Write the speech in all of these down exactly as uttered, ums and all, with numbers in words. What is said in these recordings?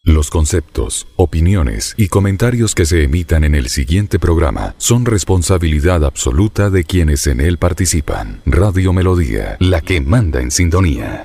Los conceptos, opiniones y comentarios que se emitan en el siguiente programa son responsabilidad absoluta de quienes en él participan. Radio Melodía, la que manda en sintonía.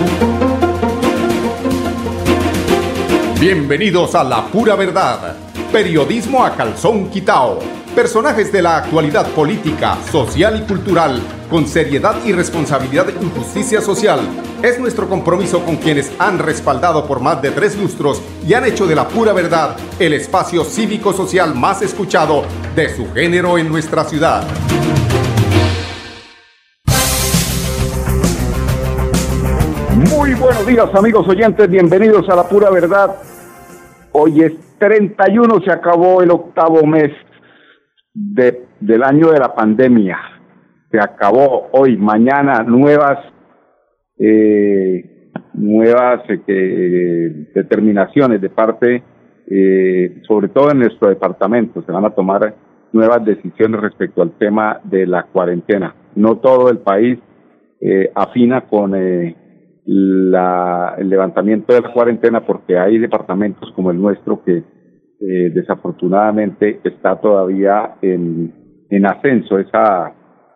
Bienvenidos a La Pura Verdad, periodismo a calzón quitao. Personajes de la actualidad política, social y cultural, con seriedad y responsabilidad en justicia social. Es nuestro compromiso con quienes han respaldado por más de tres lustros y han hecho de La Pura Verdad el espacio cívico-social más escuchado de su género en nuestra ciudad. Muy buenos días, amigos oyentes, bienvenidos a La Pura Verdad. Hoy es treinta y uno, se acabó el octavo mes de, del año de la pandemia. Se acabó hoy, mañana nuevas eh, nuevas eh, determinaciones de parte, eh, sobre todo en nuestro departamento, se van a tomar nuevas decisiones respecto al tema de la cuarentena. No todo el país eh, afina con eh, la, el levantamiento de la cuarentena, porque hay departamentos como el nuestro que eh, desafortunadamente está todavía en, en ascenso esa,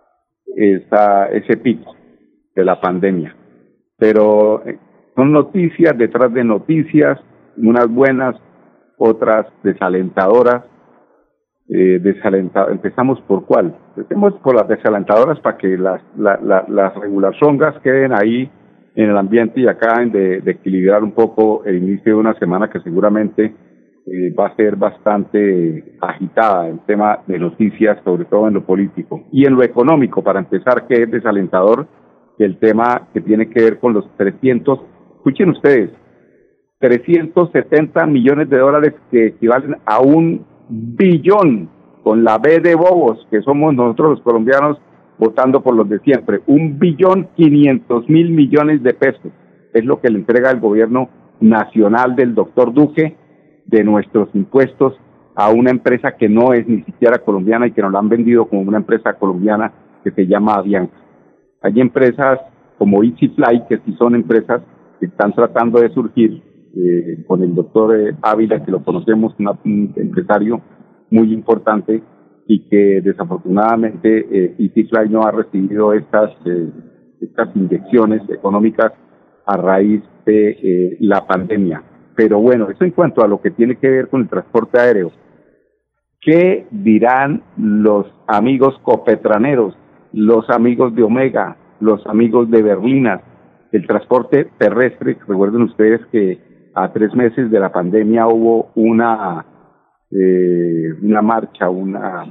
esa ese pico de la pandemia. Pero eh, son noticias detrás de noticias, unas buenas, otras desalentadoras. Eh, desalenta, empezamos por cuál? Empecemos por las desalentadoras para que las, la, la, las regulaciones queden ahí en el ambiente y acaben de, de equilibrar un poco el inicio de una semana que seguramente eh, va a ser bastante agitada en tema de noticias, sobre todo en lo político. Y en lo económico, para empezar, que es desalentador, el tema que tiene que ver con los trescientos, escuchen ustedes, trescientos setenta millones de dólares que equivalen a un billón, con la B de bobos, que somos nosotros los colombianos votando por los de siempre, un billón quinientos mil millones de pesos, es lo que le entrega el gobierno nacional del doctor Duque de nuestros impuestos a una empresa que no es ni siquiera colombiana y que nos la han vendido como una empresa colombiana que se llama Avianca. Hay empresas como EasyFly, que sí son empresas que están tratando de surgir, eh, con el doctor eh, Ávila, que lo conocemos, una, un empresario muy importante, y que desafortunadamente eh, EasyFly no ha recibido estas, eh, estas inyecciones económicas a raíz de eh, la pandemia. Pero bueno, eso en cuanto a lo que tiene que ver con el transporte aéreo. ¿Qué dirán los amigos copetraneros, los amigos de Omega, los amigos de Berlinas, el transporte terrestre? Recuerden ustedes que a tres meses de la pandemia hubo una eh, una marcha, una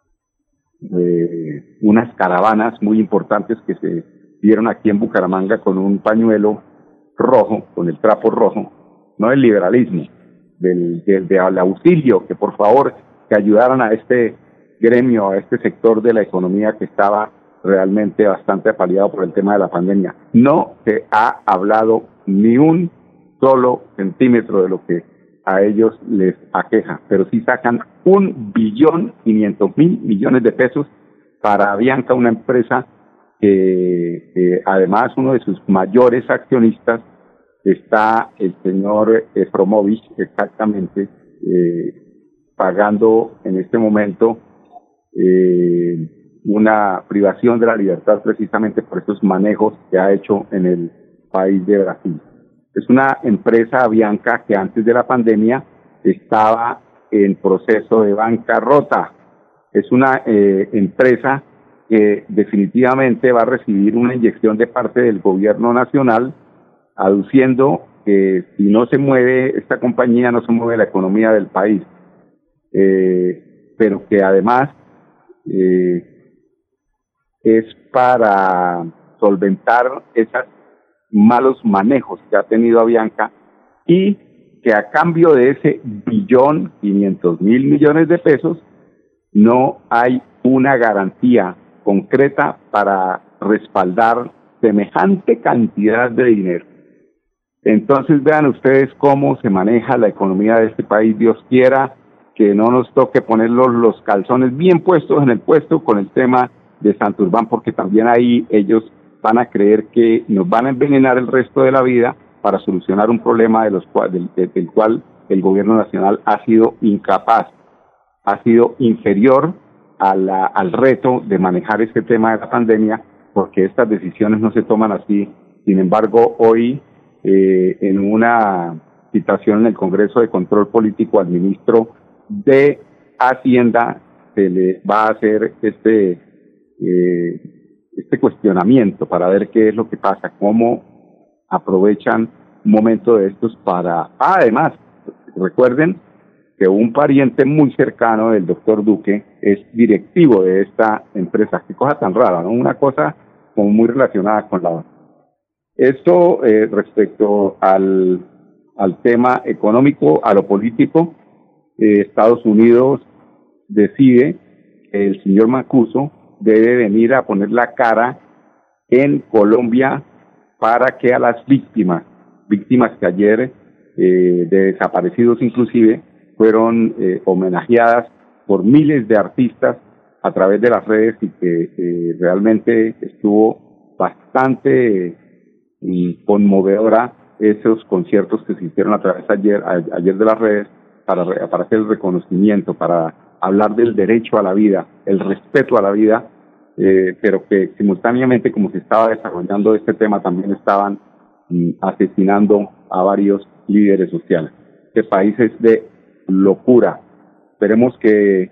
eh, unas caravanas muy importantes que se dieron aquí en Bucaramanga con un pañuelo rojo, con el trapo rojo, no del liberalismo, del, del, del auxilio, que por favor que ayudaran a este gremio, a este sector de la economía que estaba realmente bastante apaleado por el tema de la pandemia. No se ha hablado ni un solo centímetro de lo que a ellos les aqueja, pero sí sacan un billón quinientos mil millones de pesos para Avianca, una empresa que eh, además uno de sus mayores accionistas está el señor Efromovich, exactamente, eh, pagando en este momento eh, una privación de la libertad precisamente por estos manejos que ha hecho en el país de Brasil. Es una empresa Avianca que antes de la pandemia estaba en proceso de bancarrota. Es una eh, empresa que definitivamente va a recibir una inyección de parte del gobierno nacional, aduciendo que si no se mueve esta compañía, no se mueve la economía del país. Eh, pero que además eh, es para solventar esos malos manejos que ha tenido Avianca, y que a cambio de ese billón quinientos mil millones de pesos no hay una garantía concreta para respaldar semejante cantidad de dinero. Entonces vean ustedes cómo se maneja la economía de este país. Dios quiera que no nos toque poner los, los calzones bien puestos en el puesto con el tema de Santurbán, porque también ahí ellos van a creer que nos van a envenenar el resto de la vida para solucionar un problema de los cual, del, del cual el gobierno nacional ha sido incapaz, ha sido inferior a la, al reto de manejar este tema de la pandemia, porque estas decisiones no se toman así. Sin embargo, hoy, eh, en una citación en el Congreso de Control Político al ministro de Hacienda, se le va a hacer este, eh, este cuestionamiento para ver qué es lo que pasa, cómo aprovechan un momento de estos para... Ah, además, recuerden que un pariente muy cercano del doctor Duque es directivo de esta empresa. Qué cosa tan rara, ¿no? Una cosa como muy relacionada con la otra. Esto eh, respecto al, al tema económico, a lo político, eh, Estados Unidos decide que el señor Mancuso debe venir a poner la cara en Colombia para que a las víctimas, víctimas que ayer, eh, de desaparecidos inclusive, fueron eh, homenajeadas por miles de artistas a través de las redes y que eh, realmente estuvo bastante eh, conmovedora esos conciertos que se hicieron a través ayer, a, ayer de las redes para, para hacer el reconocimiento, para hablar del derecho a la vida, el respeto a la vida, eh, pero que simultáneamente, como se estaba desarrollando este tema, también estaban mm, asesinando a varios líderes sociales. Este país es de locura. Esperemos que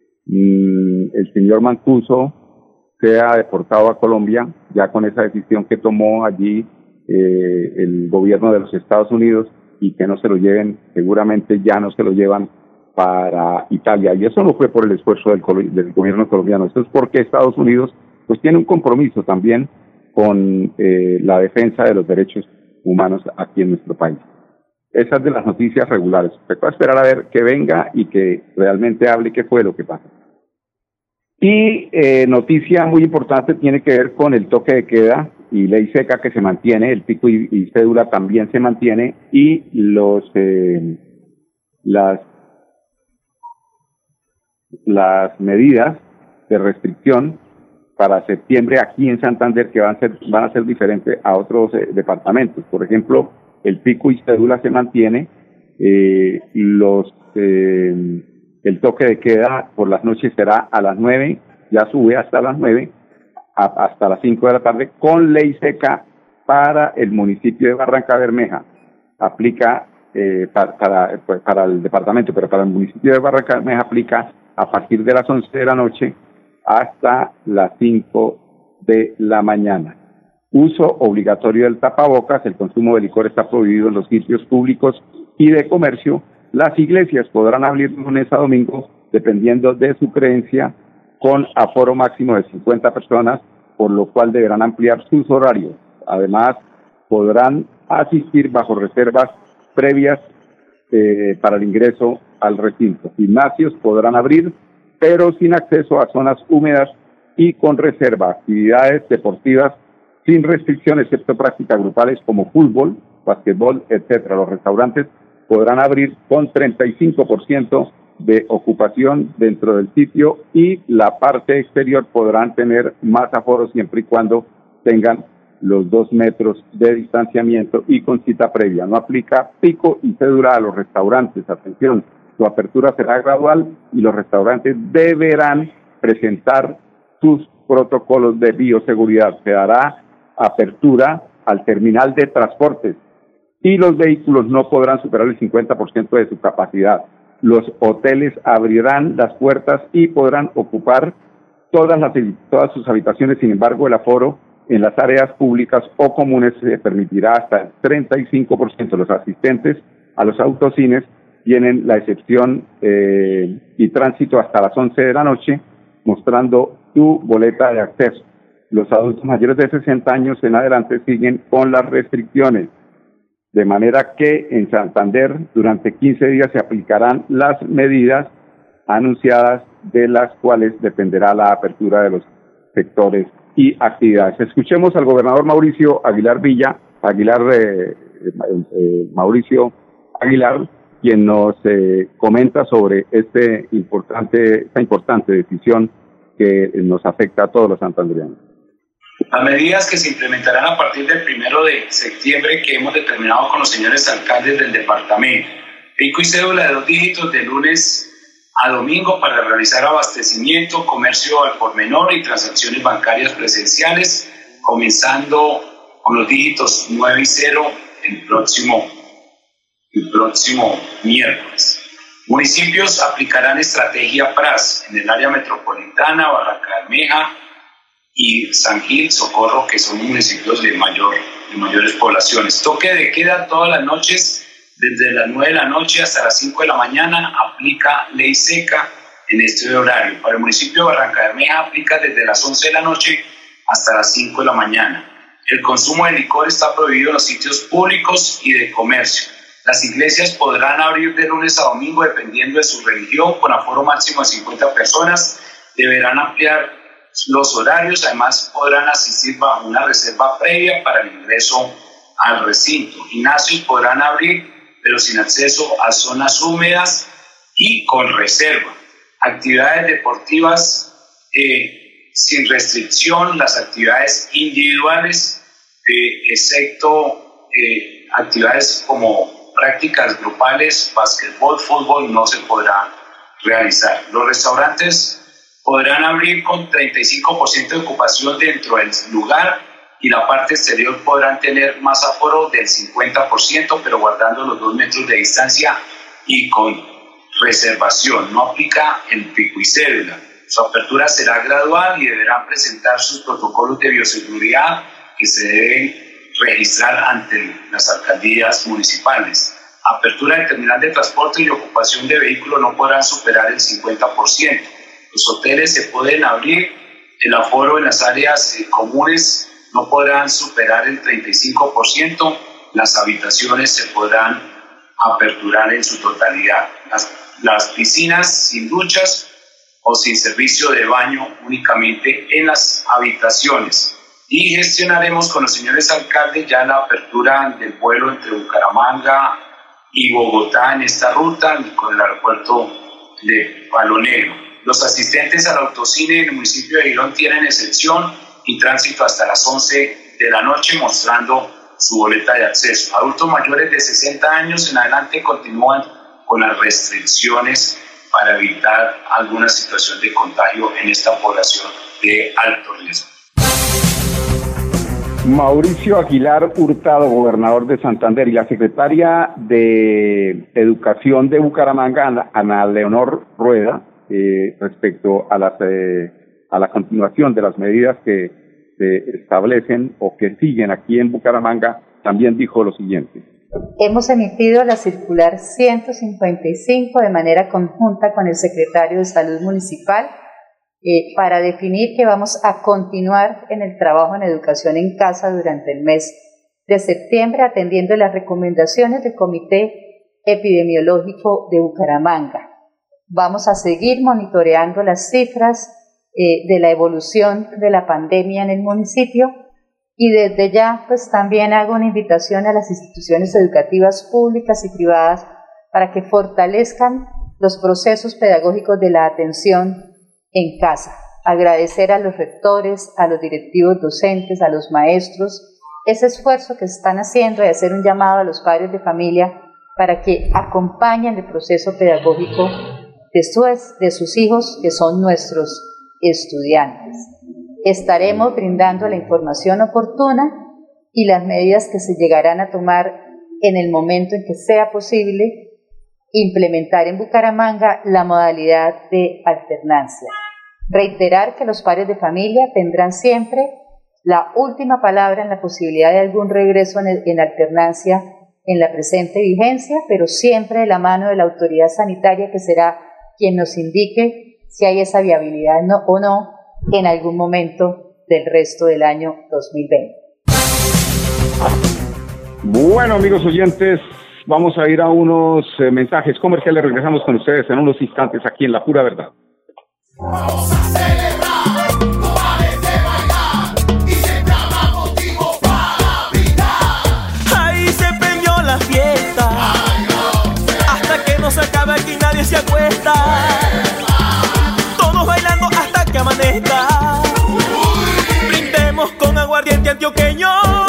mmm, el señor Mancuso sea deportado a Colombia, ya con esa decisión que tomó allí eh, el gobierno de los Estados Unidos, y que no se lo lleven, seguramente ya no se lo llevan para Italia. Y eso no fue por el esfuerzo del, del gobierno colombiano, eso es porque Estados Unidos pues tiene un compromiso también con eh, la defensa de los derechos humanos aquí en nuestro país. Esas de las noticias regulares. Se puede esperar a ver que venga y que realmente hable qué fue lo que pasa. Y eh, noticia muy importante tiene que ver con el toque de queda y ley seca que se mantiene, el pico y, y cédula también se mantiene, y los eh, las las medidas de restricción para septiembre aquí en Santander, que van a ser van a ser diferentes a otros eh, departamentos. Por ejemplo, el pico y cédula se mantiene, eh, los eh, el toque de queda por las noches será a las nueve, ya sube hasta las nueve, a, hasta las cinco de la tarde, con ley seca para el municipio de Barranca Bermeja. Aplica eh, para, para, pues, para el departamento, pero para el municipio de Barranca Bermeja aplica a partir de las once de la noche hasta las cinco de la mañana. Uso obligatorio del tapabocas, el consumo de licor está prohibido en los sitios públicos y de comercio. Las iglesias podrán abrir lunes a domingo, dependiendo de su creencia, con aforo máximo de cincuenta personas, por lo cual deberán ampliar sus horarios. Además, podrán asistir bajo reservas previas eh, para el ingreso al recinto. Gimnasios podrán abrir, pero sin acceso a zonas húmedas y con reserva. Actividades deportivas sin restricción, excepto prácticas grupales como fútbol, basquetbol, etcétera. Los restaurantes podrán abrir con treinta y cinco por ciento de ocupación dentro del sitio, y la parte exterior podrán tener más aforo siempre y cuando tengan los dos metros de distanciamiento y con cita previa. No aplica pico y cédula a los restaurantes. Atención, su apertura será gradual y los restaurantes deberán presentar sus protocolos de bioseguridad. Se dará apertura al terminal de transportes y los vehículos no podrán superar el cincuenta por ciento de su capacidad. Los hoteles abrirán las puertas y podrán ocupar todas las todas sus habitaciones. Sin embargo, el aforo en las áreas públicas o comunes se permitirá hasta el treinta y cinco por ciento. Los asistentes a los autocines tienen la excepción eh, y tránsito hasta las once de la noche, mostrando su boleta de acceso. Los adultos mayores de sesenta años en adelante siguen con las restricciones, de manera que en Santander durante quince días se aplicarán las medidas anunciadas, de las cuales dependerá la apertura de los sectores y actividades. Escuchemos al gobernador Mauricio Aguilar Villa, Aguilar eh, eh, Mauricio Aguilar, quien nos eh, comenta sobre este importante, esta importante decisión que nos afecta a todos los santandereanos. Las medidas que se implementarán a partir del primero de septiembre que hemos determinado con los señores alcaldes del departamento. Pico y cédula de dos dígitos de lunes a domingo para realizar abastecimiento, comercio al por menor y transacciones bancarias presenciales, comenzando con los dígitos nueve y cero el próximo, el próximo miércoles. Municipios aplicarán estrategia P R A S en el área metropolitana, Barranca Bermeja y San Gil, Socorro, que son municipios de, mayor, de mayores poblaciones. Toque de queda todas las noches, desde las nueve de la noche hasta las cinco de la mañana, aplica ley seca en este horario. Para el municipio de Barranca Bermeja aplica desde las once de la noche hasta las cinco de la mañana. El consumo de licor está prohibido en los sitios públicos y de comercio. Las iglesias podrán abrir de lunes a domingo dependiendo de su religión, con aforo máximo de cincuenta personas. Deberán ampliar los horarios, además podrán asistir bajo una reserva previa para el ingreso al recinto. Gimnasios podrán abrir, pero sin acceso a zonas húmedas y con reserva. Actividades deportivas eh, sin restricción, las actividades individuales, eh, excepto eh, actividades como prácticas grupales, básquetbol, fútbol, no se podrá realizar. Los restaurantes podrán abrir con treinta y cinco por ciento de ocupación dentro del lugar y la parte exterior podrán tener más aforo del cincuenta por ciento, pero guardando los dos metros de distancia y con reservación. No aplica el pico y cédula. Su apertura será gradual y deberán presentar sus protocolos de bioseguridad que se deben registrar ante las alcaldías municipales. Apertura de terminal de transporte y ocupación de vehículos no podrán superar el cincuenta por ciento. Los hoteles se pueden abrir, el aforo en las áreas eh, comunes no podrán superar el treinta y cinco por ciento, las habitaciones se podrán aperturar en su totalidad. Las, las piscinas sin duchas o sin servicio de baño únicamente en las habitaciones. Y gestionaremos con los señores alcaldes ya la apertura del vuelo entre Bucaramanga y Bogotá en esta ruta con el aeropuerto de Palo Negro. Los asistentes al autocine en el municipio de Girón tienen excepción y tránsito hasta las once de la noche mostrando su boleta de acceso. Adultos mayores de sesenta años en adelante continúan con las restricciones para evitar alguna situación de contagio en esta población de alto riesgo. Mauricio Aguilar Hurtado, gobernador de Santander, y la secretaria de Educación de Bucaramanga, Ana Leonor Rueda, eh, respecto a, las, eh, a la continuación de las medidas que se establecen o que siguen aquí en Bucaramanga, también dijo lo siguiente. Hemos emitido la circular ciento cincuenta y cinco de manera conjunta con el secretario de Salud Municipal eh, para definir que vamos a continuar en el trabajo en educación en casa durante el mes de septiembre, atendiendo las recomendaciones del Comité Epidemiológico de Bucaramanga. Vamos a seguir monitoreando las cifras eh, de la evolución de la pandemia en el municipio. Y desde ya, pues también hago una invitación a las instituciones educativas públicas y privadas para que fortalezcan los procesos pedagógicos de la atención en casa. Agradecer a los rectores, a los directivos docentes, a los maestros, ese esfuerzo que están haciendo y hacer un llamado a los padres de familia para que acompañen el proceso pedagógico de sus, de sus hijos, que son nuestros estudiantes. Estaremos brindando la información oportuna y las medidas que se llegarán a tomar en el momento en que sea posible implementar en Bucaramanga la modalidad de alternancia. Reiterar que los padres de familia tendrán siempre la última palabra en la posibilidad de algún regreso en, el, en alternancia en la presente vigencia, pero siempre de la mano de la autoridad sanitaria, que será quien nos indique si hay esa viabilidad no, o no en algún momento del resto del año dos mil veinte. Bueno, amigos oyentes, vamos a ir a unos eh, mensajes comerciales. Regresamos con ustedes en unos instantes aquí en La Pura Verdad. Vamos a celebrar, no parece bailar y siempre habrá motivo para brindar. Ahí se prendió la fiesta, Ay, no sé. hasta que no se acabe aquí nadie se acuesta. Todos bailando hasta que amanezca. Brindemos con agua sueño.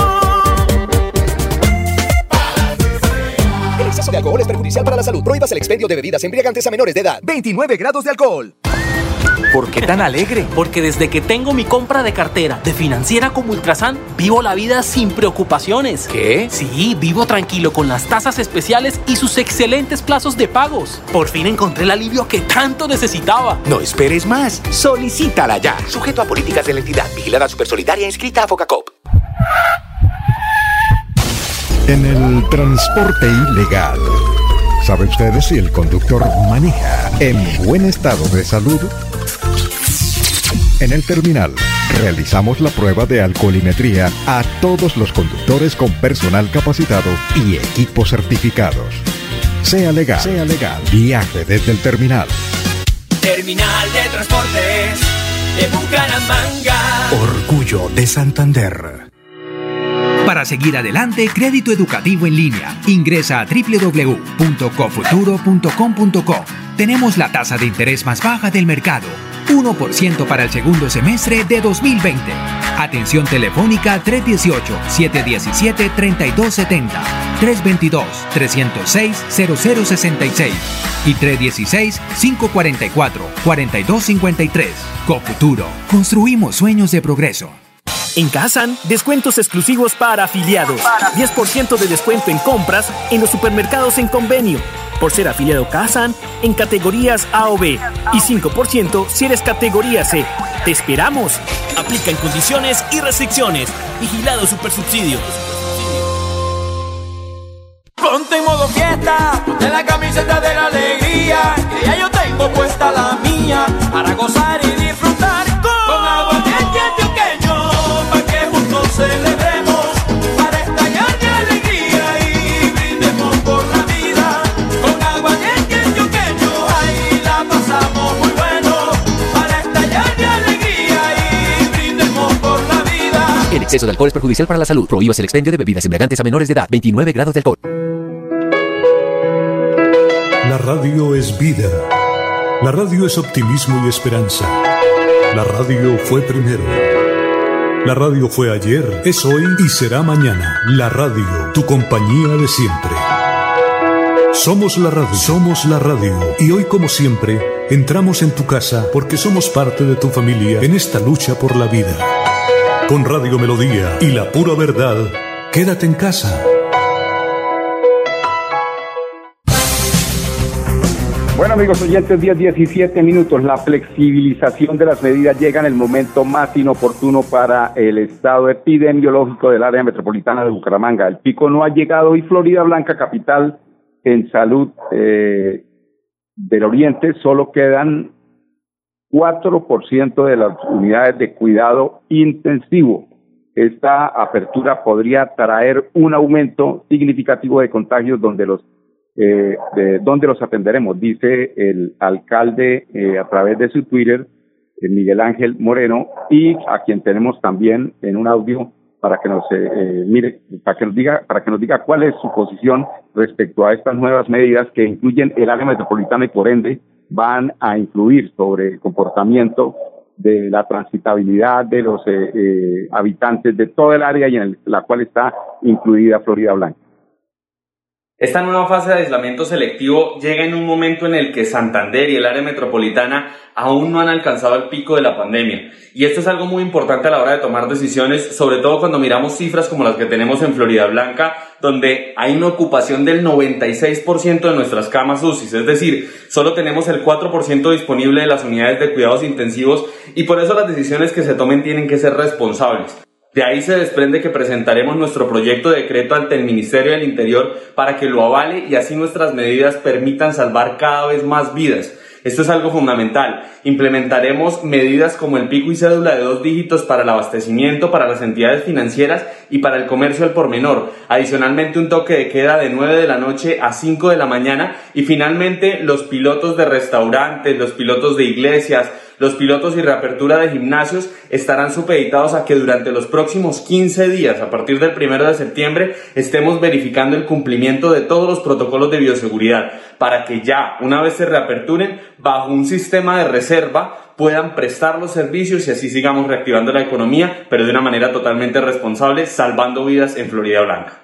El exceso de alcohol es perjudicial para la salud. Prohíbas el expendio de bebidas embriagantes a menores de edad. veintinueve grados de alcohol. ¿Por qué tan alegre? Porque desde que tengo mi compra de cartera de financiera como Ultrasan, vivo la vida sin preocupaciones. ¿Qué? Sí, vivo tranquilo con las tasas especiales y sus excelentes plazos de pagos. Por fin encontré el alivio que tanto necesitaba. No esperes más. Solicítala ya. Sujeto a políticas de la entidad. Vigilada Supersolidaria inscrita a Focacop. En el transporte ilegal, ¿sabe usted si el conductor maneja en buen estado de salud? En el terminal, realizamos la prueba de alcoholimetría a todos los conductores con personal capacitado y equipos certificados. Sea legal, sea legal, viaje desde el terminal. Terminal de Transportes de Bucaramanga. Orgullo de Santander. Para seguir adelante, crédito educativo en línea. Ingresa a doble u doble u doble u punto cofuturo punto com punto co. Tenemos la tasa de interés más baja del mercado. uno por ciento para el segundo semestre de dos mil veinte. Atención telefónica tres uno ocho, siete uno siete, tres dos siete cero, tres dos dos, tres cero seis, cero cero seis seis y tres uno seis, cinco cuatro cuatro, cuatro dos cinco tres. Cofuturo. Construimos sueños de progreso. En Kazan, descuentos exclusivos para afiliados. diez por ciento de descuento en compras en los supermercados en convenio. Por ser afiliado Kazan en categorías A o B. Y cinco por ciento si eres categoría C. ¡Te esperamos! Aplica en condiciones y restricciones. Vigilado Supersubsidio. Ponte en modo fiesta, ponte la camiseta de la alegría, que ya yo tengo puesta la mía, para gozar y disfrutar con, con agua antioqueño, para que juntos celebremos, para estallar de alegría y brindemos por la vida, con agua antioqueño, ahí la pasamos muy bueno, para estallar de alegría y brindemos por la vida. El exceso de alcohol es perjudicial para la salud. Prohíbas el expendio de bebidas embriagantes a menores de edad. veintinueve grados de alcohol. La radio es vida. La radio es optimismo y esperanza. La radio fue primero. La radio fue ayer, es hoy y será mañana. La radio, tu compañía de siempre. Somos la radio, somos la radio. Y hoy, como siempre, entramos en tu casa porque somos parte de tu familia en esta lucha por la vida. Con Radio Melodía y la pura verdad, quédate en casa. Bueno, amigos oyentes, diez diecisiete minutos. La flexibilización de las medidas llega en el momento más inoportuno para el estado epidemiológico del área metropolitana de Bucaramanga. El pico no ha llegado y Florida Blanca, capital en salud eh, del oriente, solo quedan cuatro por ciento de las unidades de cuidado intensivo. Esta apertura podría traer un aumento significativo de contagios donde los Eh, de dónde los atenderemos, dice el alcalde eh, a través de su Twitter, eh, Miguel Ángel Moreno, y a quien tenemos también en un audio para que nos eh, eh, mire, para que nos diga, para que nos diga cuál es su posición respecto a estas nuevas medidas que incluyen el área metropolitana y por ende van a influir sobre el comportamiento de la transitabilidad de los eh, eh, habitantes de todo el área y en el, la cual está incluida Florida Blanca. Esta nueva fase de aislamiento selectivo llega en un momento en el que Santander y el área metropolitana aún no han alcanzado el pico de la pandemia. Y esto es algo muy importante a la hora de tomar decisiones, sobre todo cuando miramos cifras como las que tenemos en Florida Blanca, donde hay una ocupación del noventa y seis por ciento de nuestras camas U C I, es decir, solo tenemos el cuatro por ciento disponible de las unidades de cuidados intensivos y por eso las decisiones que se tomen tienen que ser responsables. De ahí se desprende que presentaremos nuestro proyecto de decreto ante el Ministerio del Interior para que lo avale y así nuestras medidas permitan salvar cada vez más vidas. Esto es algo fundamental. Implementaremos medidas como el pico y cédula de dos dígitos para el abastecimiento, para las entidades financieras y para el comercio al por menor. Adicionalmente, un toque de queda de nueve de la noche a cinco de la mañana y finalmente los pilotos de restaurantes, los pilotos de iglesias, Los pilotos y reapertura de gimnasios estarán supeditados a que durante los próximos quince días, a partir del primero de septiembre, estemos verificando el cumplimiento de todos los protocolos de bioseguridad para que ya, una vez se reaperturen, bajo un sistema de reserva, puedan prestar los servicios y así sigamos reactivando la economía, pero de una manera totalmente responsable, salvando vidas en Florida Blanca.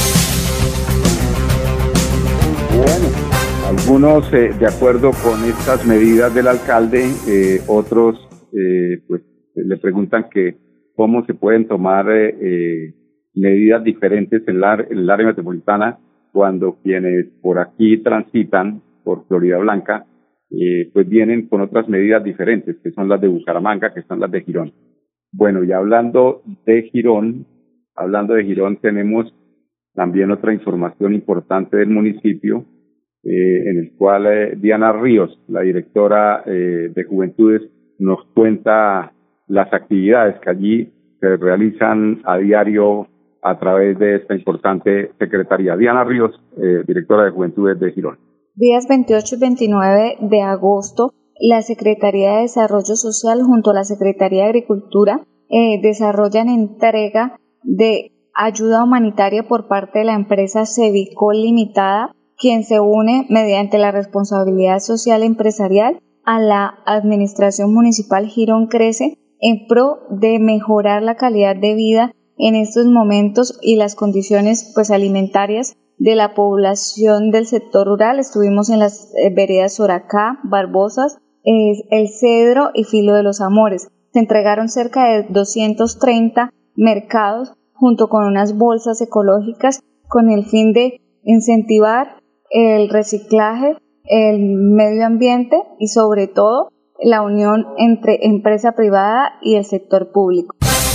Bueno, algunos eh, de acuerdo con estas medidas del alcalde, eh, otros eh, pues le preguntan que cómo se pueden tomar eh, eh, medidas diferentes en, la, en el área metropolitana cuando quienes por aquí transitan por Florida Blanca eh, pues vienen con otras medidas diferentes, que son las de Bucaramanga, que son las de Girón. Bueno, y hablando de Girón, hablando de Girón tenemos también otra información importante del municipio, eh, en el cual eh, Diana Ríos, la directora eh, de Juventudes, nos cuenta las actividades que allí se realizan a diario a través de esta importante secretaría. Diana Ríos, eh, directora de Juventudes de Girón. Días veintiocho y veintinueve de agosto, la Secretaría de Desarrollo Social junto a la Secretaría de Agricultura eh, desarrollan entrega de ayuda humanitaria por parte de la empresa Cevicol Limitada, quien se une mediante la responsabilidad social empresarial a la Administración Municipal Girón Crece en pro de mejorar la calidad de vida en estos momentos y las condiciones pues alimentarias de la población del sector rural. Estuvimos en las eh, veredas Soracá, Barbosas, eh, El Cedro y Filo de los Amores. Se entregaron cerca de doscientos treinta mercados junto con unas bolsas ecológicas con el fin de incentivar el reciclaje, el medio ambiente y sobre todo la unión entre empresa privada y el sector público.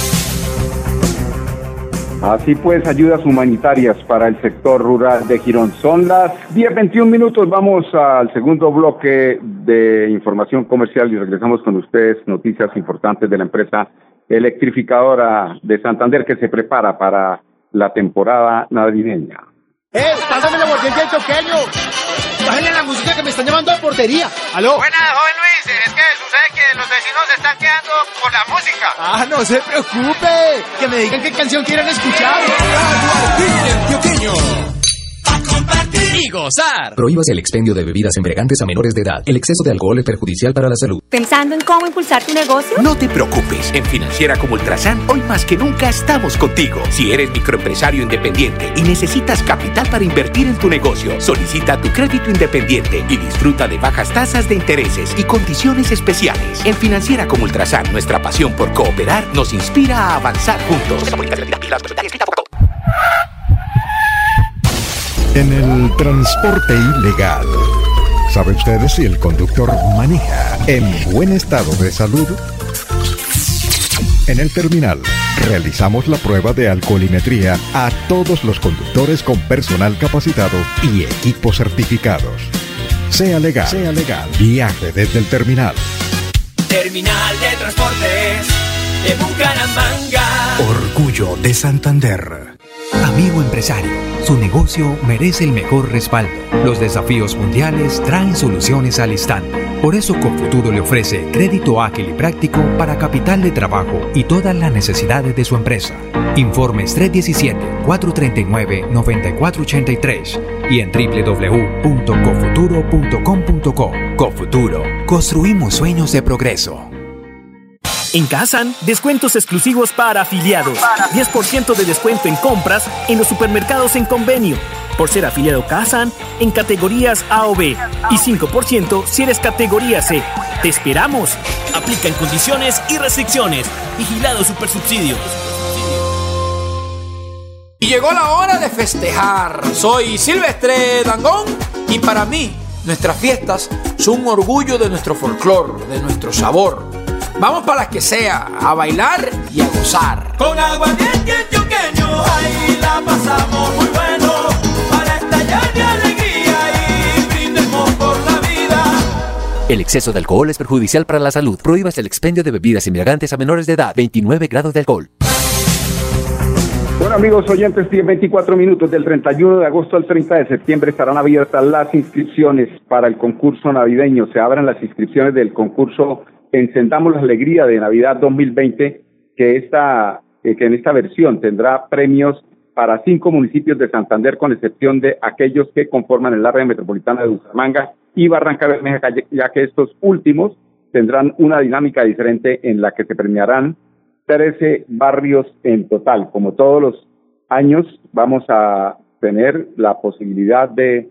Así pues, ayudas humanitarias para el sector rural de Girón. Son las diez veintiún minutos, vamos al segundo bloque de información comercial y regresamos con ustedes, noticias importantes de la empresa electrificadora de Santander que se prepara para la temporada navideña. ¡Eh! ¡Pásame la botella del toqueño! ¡Bájenle la música que me están llamando a portería! ¡Aló! Buenas, joven Luis. Es que sucede que los vecinos se están quedando con la música. ¡Ah, no se preocupe! Que me digan qué canción quieren escuchar. Compartir y gozar. Prohíbas el expendio de bebidas embriagantes a menores de edad. El exceso de alcohol es perjudicial para la salud. ¿Pensando en cómo impulsar tu negocio? No te preocupes. En Financiera como Ultrasan, hoy más que nunca estamos contigo. Si eres microempresario independiente y necesitas capital para invertir en tu negocio, solicita tu crédito independiente y disfruta de bajas tasas de intereses y condiciones especiales. En Financiera como Ultrasan, nuestra pasión por cooperar nos inspira a avanzar juntos. En el transporte ilegal, ¿sabe usted si el conductor maneja en buen estado de salud? En el terminal, realizamos la prueba de alcoholimetría a todos los conductores con personal capacitado y equipos certificados. Sea legal, sea legal, viaje desde el terminal. Terminal de Transportes de Bucaramanga. Orgullo de Santander. Amigo empresario, su negocio merece el mejor respaldo. Los desafíos mundiales traen soluciones al instante. Por eso Confuturo le ofrece crédito ágil y práctico para capital de trabajo y todas las necesidades de su empresa. Informes tres diecisiete, cuatro treinta y nueve, noventa y cuatro ochenta y tres y en doble u doble u doble u punto cofuturo punto com punto co. Confuturo, construimos sueños de progreso. En Kazan, descuentos exclusivos para afiliados. diez por ciento de descuento en compras en los supermercados en convenio. Por ser afiliado Kazan en categorías A o B. Y cinco por ciento si eres categoría C. ¡Te esperamos! Aplica en condiciones y restricciones. Vigilado Supersubsidio. Y llegó la hora de festejar. Soy Silvestre Dangond y para mí, nuestras fiestas son un orgullo de nuestro folclor, de nuestro sabor. Vamos para las que sea, a bailar y a gozar. Con aguardiente antioqueño, ahí la pasamos muy bueno. Para estallar de alegría y brindemos por la vida. El exceso de alcohol es perjudicial para la salud. Prohíbas el expendio de bebidas embriagantes a menores de edad. veintinueve grados de alcohol. Bueno, amigos oyentes, veinticuatro minutos del treinta y uno de agosto al treinta de septiembre estarán abiertas las inscripciones para el concurso navideño. Se abren las inscripciones del concurso Encendamos la Alegría de Navidad dos mil veinte, que, esta, eh, que en esta versión tendrá premios para cinco municipios de Santander, con excepción de aquellos que conforman el área metropolitana de Bucaramanga y Barranca Bermeja, ya que estos últimos tendrán una dinámica diferente en la que se premiarán trece barrios en total. Como todos los años, vamos a tener la posibilidad de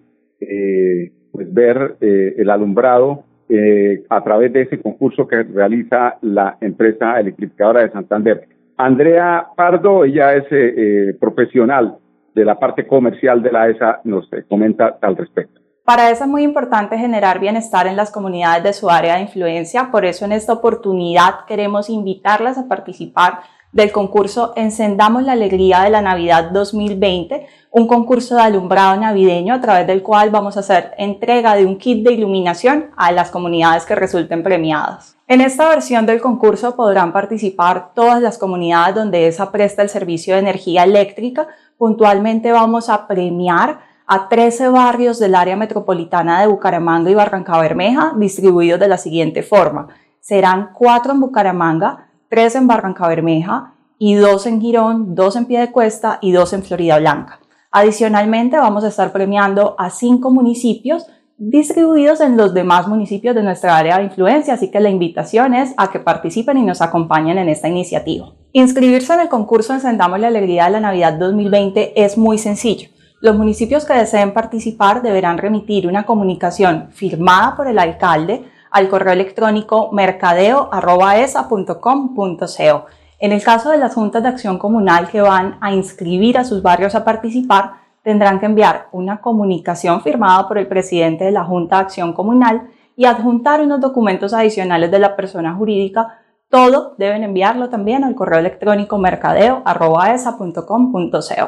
eh, pues ver eh, el alumbrado eh, a través de ese concurso que realiza la empresa electrificadora de Santander. Andrea Pardo, ella es eh, eh, profesional de la parte comercial de la E S A, nos eh, comenta al respecto. Para eso es muy importante generar bienestar en las comunidades de su área de influencia, por eso en esta oportunidad queremos invitarlas a participar del concurso Encendamos la Alegría de la Navidad dos mil veinte, un concurso de alumbrado navideño a través del cual vamos a hacer entrega de un kit de iluminación a las comunidades que resulten premiadas. En esta versión del concurso podrán participar todas las comunidades donde E S A presta el servicio de energía eléctrica. Puntualmente vamos a premiar a trece barrios del área metropolitana de Bucaramanga y Barranca Bermeja, distribuidos de la siguiente forma. Serán cuatro en Bucaramanga, tres en Barranca Bermeja y dos en Girón, dos en Piedecuesta y dos en Florida Blanca. Adicionalmente, vamos a estar premiando a cinco municipios distribuidos en los demás municipios de nuestra área de influencia, así que la invitación es a que participen y nos acompañen en esta iniciativa. Inscribirse en el concurso Encendamos la Alegría de la Navidad dos mil veinte es muy sencillo. Los municipios que deseen participar deberán remitir una comunicación firmada por el alcalde al correo electrónico mercadeo arroba esa punto com punto co. En el caso de las juntas de acción comunal que van a inscribir a sus barrios a participar, tendrán que enviar una comunicación firmada por el presidente de la Junta de Acción Comunal y adjuntar unos documentos adicionales de la persona jurídica. Todo deben enviarlo también al correo electrónico mercadeo arroba esa punto com punto co.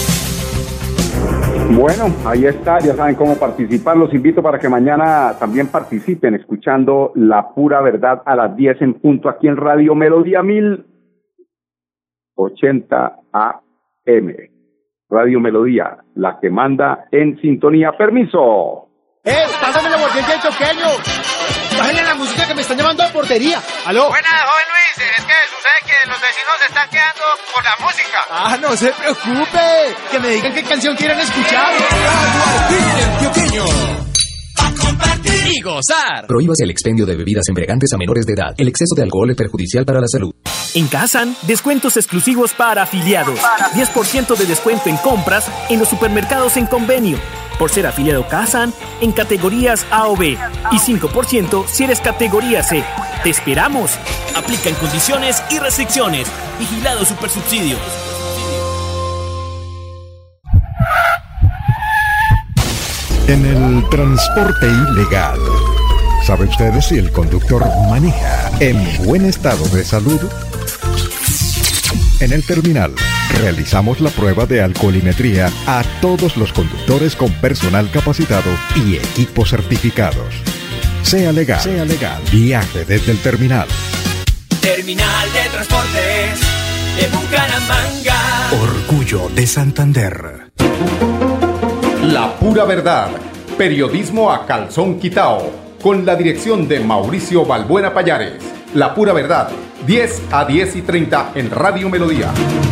Bueno, ahí está, ya saben cómo participar. Los invito para que mañana también participen escuchando La Pura Verdad a las diez en punto aquí en Radio Melodía mil ochenta A M. Radio Melodía, la que manda en sintonía. ¡Permiso! ¡Eh! ¡Pásame la aguardiente del choqueño! ¡Bájenle la música que me están llamando a portería! ¡Aló! Buenas, joven Luis. Es que sucede que los vecinos se están quedando por la música. ¡Ah, no se preocupe! Que me digan qué canción quieren escuchar. A compartir y gozar. Prohíbas el expendio de bebidas embriagantes a menores de edad. El exceso de alcohol es perjudicial para la salud. En Kazan, descuentos exclusivos para afiliados. diez por ciento de descuento en compras en los supermercados en convenio. Por ser afiliado Kazan en categorías A o B. Y cinco por ciento si eres categoría C. ¡Te esperamos! Aplican condiciones y restricciones. Vigilado Supersubsidio. En el transporte ilegal, ¿sabe usted si el conductor maneja en buen estado de salud? En el terminal, realizamos la prueba de alcoholimetría a todos los conductores con personal capacitado y equipos certificados. Sea legal, sea legal, viaje desde el terminal. Terminal de Transportes de Bucaramanga. Orgullo de Santander. La Pura Verdad, periodismo a calzón quitao, con la dirección de Mauricio Balbuena Payares. La Pura Verdad, diez a diez y treinta en Radio Melodía.